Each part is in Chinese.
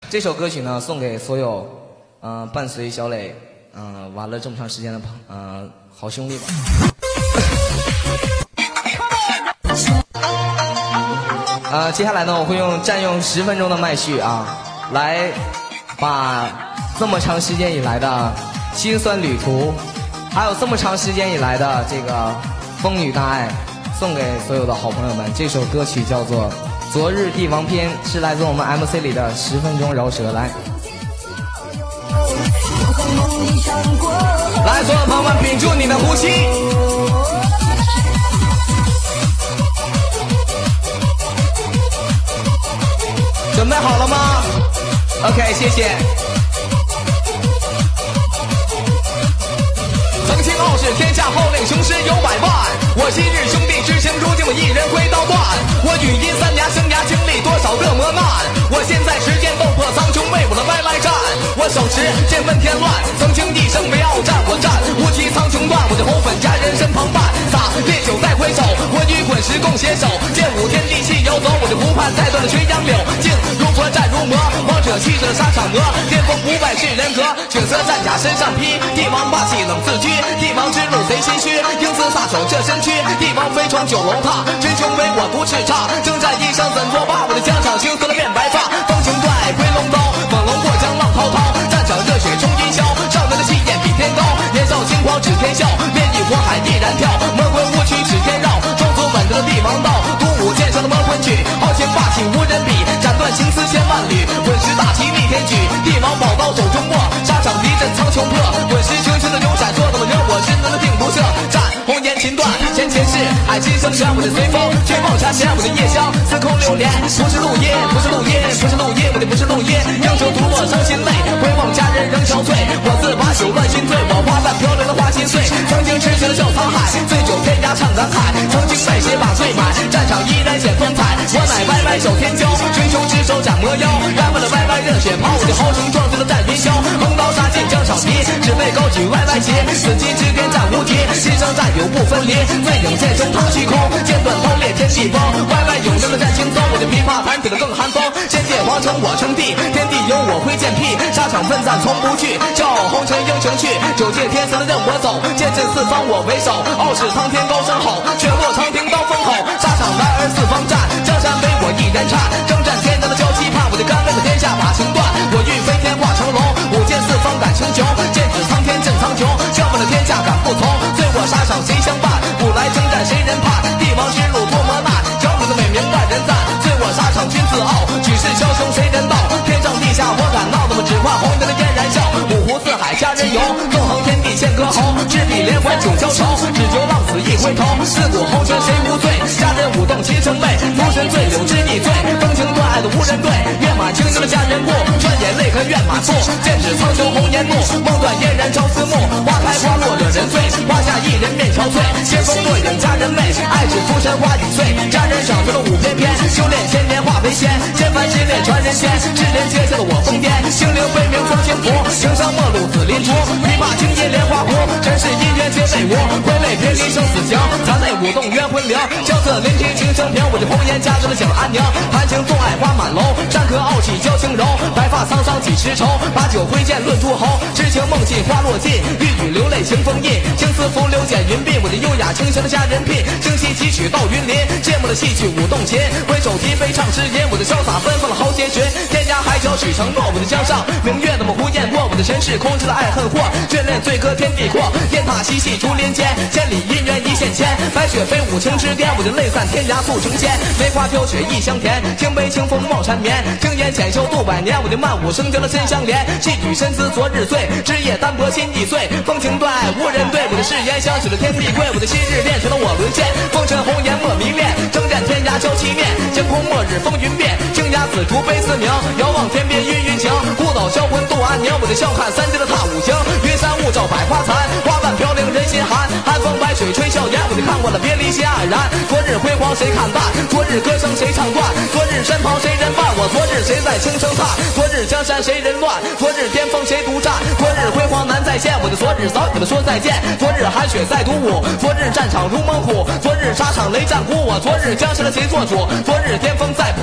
这首歌曲呢，送给所有伴随小磊玩了这么长时间的好兄弟吧。接下来呢，我会占用10分钟的麦序来把这么长时间以来的辛酸旅途，还有这么长时间以来的这个风雨大爱，送给所有的好朋友们。这首歌曲叫做《昨日帝王篇》，是来自我们 MC 里的10分钟饶舌。来，所有朋友们，屏住你的呼吸。准备好了吗 ？OK， 谢谢。曾经傲视天下，号令雄师有百万。我昔日兄弟之情，如今我一人挥刀断。我语音3年生涯，经历多少个磨难。我现在持剑斗破苍穹，为我的歪歪战。我手持剑问天乱，曾经一生为鏖战。我战无极苍穹断，我的红粉佳人身旁伴。洒烈酒再回首，我与滚石共携手。剑舞天地气游走，我的湖畔再断了垂杨柳。静如佛战如魔，王者气质的沙场魔。巅峰500世人格，血色战甲身上披。帝王霸气冷自居，帝王之路贼心虚。英姿飒爽这身躯，帝王飞闯九龙踏。真凶为我独叱咤，征战一生怎作罢？我的疆场青丝的面白发，风情断归龙刀，猛龙过江浪滔滔。战场热血冲云霄，少年的气焰比天高。年少轻狂指天笑，烈焰火海依然跳。魔鬼无曲指天绕，庄主稳得帝王道。独舞剑上的魔魂曲，豪情霸气无人比。斩断情丝千万缕，滚石大旗逆天举。帝王宝刀手中握，沙场敌阵苍穹破。滚石群雄的牛闪，做到了惹我真能的定不赦。战红颜琴断，前世海金生玄，我的随风追梦茶前，我的夜香司空流连。不是录音，不是录音，不是录音，我的不是录音。英雄独落伤心泪，回望佳人仍憔悴。我自把酒乱心醉，我花瓣飘零的花心碎。曾经痴情的笑沧海，醉酒天涯唱南海。曾经拜谁把醉满，战场依然显风采。我乃歪歪手天骄，群雄之首斩魔妖。燃为了歪歪热血跑，我的豪情壮志的战云霄。横刀杀尽疆场敌，只为高举歪歪旗。死敌之巅战无敌，牺牲战友不分离。醉影剑中踏虚空，剑断抛裂天地崩。歪歪勇士的战轻松，我的琵琶弹起了更寒风。仙界皇城我称帝，天地有我挥剑劈。沙场奋战从不惧，骄傲红尘英雄去。九界天神的任我走，剑震四方我为首。傲视苍天高声吼，却落长亭刀锋吼。沙场男儿四方战，江山为我一人颤。征战天堂的交期盼，我的甘愿的天下把情断。我欲飞天化成龙，舞剑四方感青穹。剑指苍天震苍穹，笑问了天下敢不从。醉我沙场谁相伴，古来征战谁人盼。帝王之路多磨难，脚骨的美名万人赞。醉我沙场君自傲，举世枭雄谁人道。天上地下我敢闹，那么只怕红颜的嫣然笑。五湖四海佳人游，纵横天地献歌喉。赤壁连环九霄愁，只求浪子一回头。自古红尘谁无罪，佳人舞动七成媚。浮神醉柳知你醉，风情断爱的无人对。跃马轻盈的佳人步，转眼泪痕怨马腹。剑指苍穹红颜怒，梦断嫣然朝思暮。花开花落惹人醉，花下一人面憔悴。仙风落影佳人媚，爱指浮尘花已碎。佳人赏出了舞翩翩，修炼千年化为仙。千帆之恋传人间，世人接下了我疯癫。星灵飞鸣双星符，情伤陌路紫林竹。琵琶轻吟莲花湖，尘世姻缘皆为无。挥泪别离生死情，残泪舞动冤魂灵。萧瑟临听情声平，我这红颜佳人的享安宁。含情纵爱花满楼，山河傲气娇轻柔。白发苍苍几时愁，把酒挥剑论诸侯。痴情梦境花落尽，欲语流泪行风印。青丝拂柳剪云鬓，我的优雅清香的佳人品。清晰几曲到云林，芥末的戏曲舞动琴。挥手提杯唱诗吟，我的潇洒奔放了豪杰群。天涯海角许承诺，我的江上明月那么胡烟过。我的尘世空知了爱恨祸，眷恋醉歌天地阔。雁塔嬉戏竹林间，千里姻缘一线牵。白雪飞舞青之巅，我的泪散天涯诉成仙。梅花飘雪异香甜，清杯清风望缠绵。听言浅修度百年，我的漫舞生将的身相连。细雨身姿昨日醉，枝叶单薄心已碎。风情断爱无人对，我的誓言响起了天地贵。我的昔日练成了我沦陷，风尘红颜莫迷恋。征战天涯交齐面，天空末日风云变。青崖紫竹悲思鸣，遥望天边云云情。孤岛销魂度安宁，我的笑看三界的踏五行。云山雾罩百花残，花瓣飘零人心寒。寒风白水吹笑颜，我的看过了别离心黯然。昨日辉煌谁看淡，昨日歌声谁唱断。昨日身旁谁人伴我，昨日谁在轻声叹。昨日江山谁人乱，昨日巅峰谁独占。昨日辉煌难再现，我的昨日早已的说再见。昨日寒雪再独舞，昨日战场如猛虎。昨日沙场雷战鼓，我昨日江山的谁做主。昨日巅峰在不在，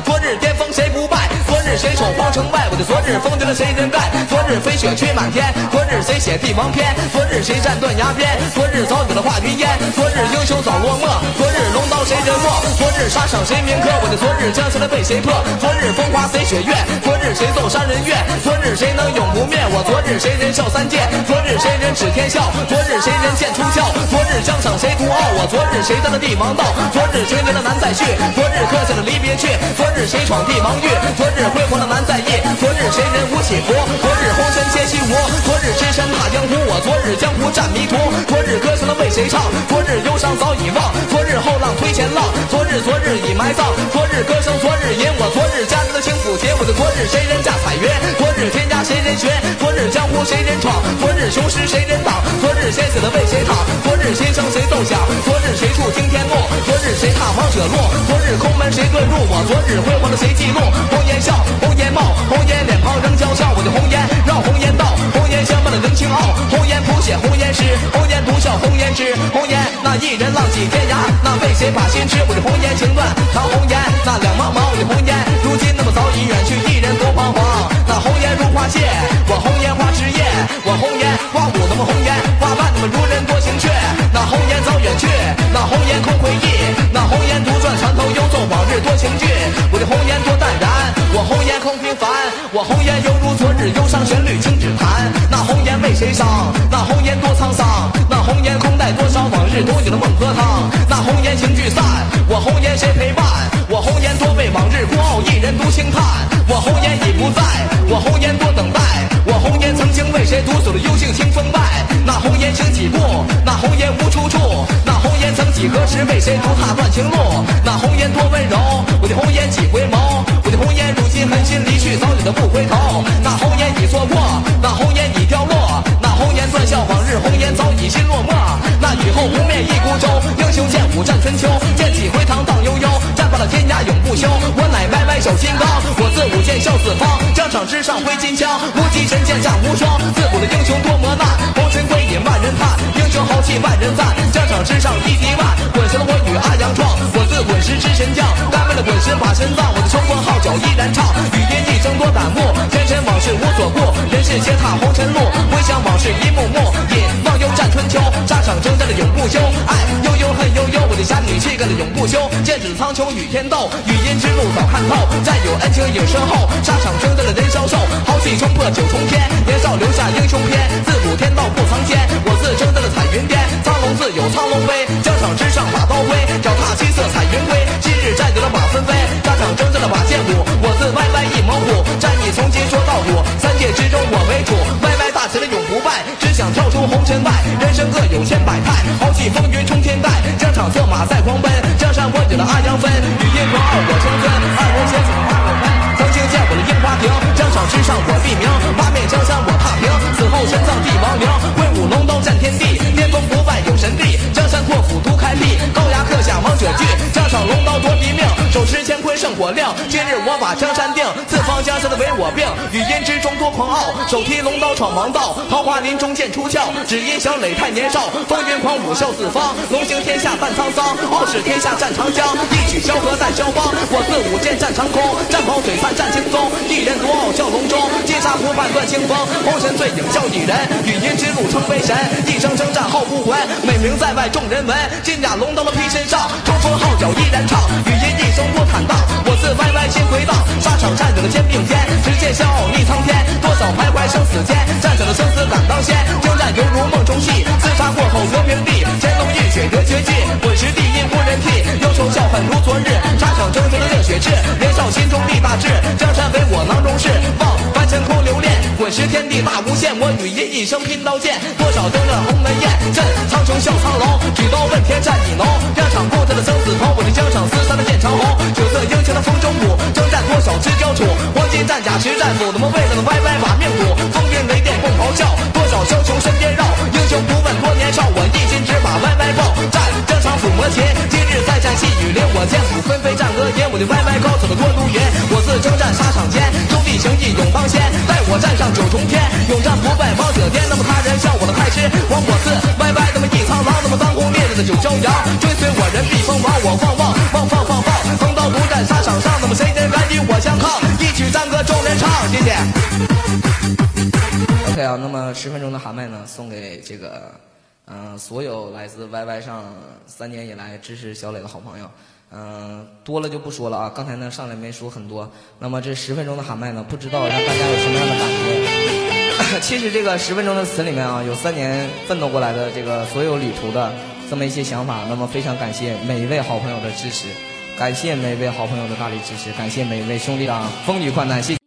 昨日巅峰谁不败？昨日谁守皇城外？我的昨日风对着谁人干？昨日飞雪吹满天，昨日谁写帝王篇？昨日谁站断崖边？昨日早有了化云烟，昨日英雄早落寞，昨日龙刀谁人握？昨日沙场谁铭刻？我的昨日江山的被谁破？昨日风华谁雪月？昨日谁奏杀人乐？昨日谁能永不灭？我昨日谁人笑三界？昨日谁人指天笑？昨日谁人剑出鞘？昨日疆场谁独傲？我昨日谁得了帝王道？昨日谁人的难再续？昨日刻下了离别去？昨日谁闯帝王域？昨日辉煌的难再议？昨日谁人无起伏？昨日红尘皆虚无？昨日只身踏江湖？我昨日江湖战迷途？昨日歌声的为谁唱？昨日忧伤早已忘？昨日后浪推前浪？昨日已埋葬？昨日歌声昨日吟？我昨日家人的轻抚节？我的昨日谁人驾彩云？昨日天涯谁人寻？昨日江湖谁人闯？昨日雄狮谁人挡？昨日谁死了为谁躺？昨日心声谁奏响？昨日谁触惊天幕？昨日谁踏王者路？昨日空门谁遁入？我昨日辉煌的谁记录？红颜笑，红颜貌，红颜脸庞仍娇俏。我的红颜绕红颜道，红颜相伴的人情傲，红颜谱写红颜诗，红颜独笑红颜诗，红颜那一人浪迹天涯，那为谁把心痴？我的红颜情断长红颜，那两茫茫我的红颜，如今那么早已远去，一人多彷徨。那红颜如花谢，我红颜花枝叶，我红颜花舞那么红颜花瓣那么如人多情却，那红颜早远去，那红颜空回忆，那红颜独转船头，犹奏往日多情句。我的红颜多淡然，我红颜空平凡，我红颜犹如昨日忧伤旋律轻指弹。那红颜为谁伤？那红颜多沧桑，那红颜空待多少往日都有的梦和汤。那红颜情聚散，我红颜谁陪伴？我红颜多为往日孤傲一人独轻叹。我红颜已不在，我红颜多等待，我红颜曾经为谁独守的幽静清风外。那红颜行几步？那红颜无出处。那红颜曾几何时为谁独踏断情路？那红颜多温柔，我的红颜几回眸？我的红颜如今狠心离去，早已的不回头。那红颜已错过，那红颜已凋落，那红颜断笑往日，红颜早已心落寞。那雨后无面一孤舟，英雄剑舞战春秋，剑气回塘荡悠悠，战罢了天涯永不休。我乃歪歪手金刚，我自舞剑笑四方，疆场之上挥金枪，无极神剑战无双。自古的英雄多磨难，红尘归隐万人叹，英雄豪气万人赞，疆场之上一敌万。滚石了我与阿阳创，我自滚石之神将，干为了滚石把身葬。我的冲锋号角依然唱，语音一声多胆目，前尘往事无所顾，人世皆踏红尘路，回想往事一幕幕，引忘忧战春秋，沙场征战的永不休，爱悠悠恨悠悠，我的侠女气概的永不休，剑指苍穹与天斗，语音之路早看透，再有恩情影身后，沙场征战的人消瘦，豪气冲破九重天，年少留下英雄篇，自古天道不藏奸，我自征战的彩云巅，苍龙自有苍龙飞，疆场之上把刀挥，脚踏七色彩云归，今日战有了马纷飞，沙场征战的把剑舞，我自歪歪一猛虎，战役从今说到古，三界之中我为主，歪歪大起了永不败，只想跳出红尘外，人生各有千百态，豪气风云冲天盖，疆场策马在狂奔，江山我有了阿阳分，语音狂傲我称尊，二人携手踏我门，曾经见过了樱花亭，疆场之上我立名，八面江山我踏平，死后身葬帝王陵，挥舞龙刀战天地，巅峰不败有神力，江山阔斧独开辟，高崖刻下王者句，疆场龙刀夺敌命，手持乾坤圣火亮，今日我把江山定，四方江山的为我病，语音之中多狂傲，手提龙刀闯王道，桃花林中剑出鞘，只因小磊太年少，风云狂舞笑四方，龙行天下伴沧桑，傲视天下战长江，一曲萧何在萧邦，我自舞剑战长空，战袍璀璨战青松，一人独傲笑龙钟，金沙湖畔断清风，红尘醉影笑一人，语音之路称为神，一生征战后不还，美名在外众人闻，金甲龙刀的披身上，冲锋号角依然唱，语音一声多坦荡，我自歪歪心回荡，沙场战有了肩并肩，持剑笑傲逆苍天，多少徘徊生死间，战者的生死敢当先，征战犹如梦中戏，厮杀过后和平地，乾隆浴血得绝技，滚石地因无人替，忧愁笑恨如昨日，沙场征战的热血炽，年少心中立大志，江山为我囊中事，望凡尘空留恋，滚石天地大无限，我语音一声拼刀剑，多少征战鸿门宴，震苍穹笑苍龙，举刀问天战已浓，疆场共战的生死头，我的疆场厮杀的剑长虹，九色英雄的风中舞，征战多少知交处，黄金战甲实战斧，那么为了那歪歪把命赌，风云雷电共咆哮，多少枭雄身边绕，英雄不问多年少，我一心只把歪歪报，战疆场抚魔琴，今日再战细雨林，我剑斧纷飞战歌吟，我的歪歪高手的多如云，我自征战沙场间，兄弟情义永当先，待我站上九重天，永战不败王者巅，那么他人笑我的太师，枉我自歪歪那么一苍狼，那么当红烈日的九骄阳，追随我人避风王，我放，横刀独战沙场上，那么谁人敢着唱，谢谢。 OK 啊，那么10分钟的喊麦呢，送给这个所有来自 YY 上3年以来支持小磊的好朋友。多了就不说了啊，刚才呢上来没说很多。那么这10分钟的喊麦呢，不知道让大家有什么样的感觉。其实这个10分钟的词里面啊，有3年奋斗过来的这个所有旅途的这么一些想法。那么非常感谢每一位好朋友的支持，感谢每一位好朋友的大力支持，感谢每一位兄弟的风雨患难，谢谢。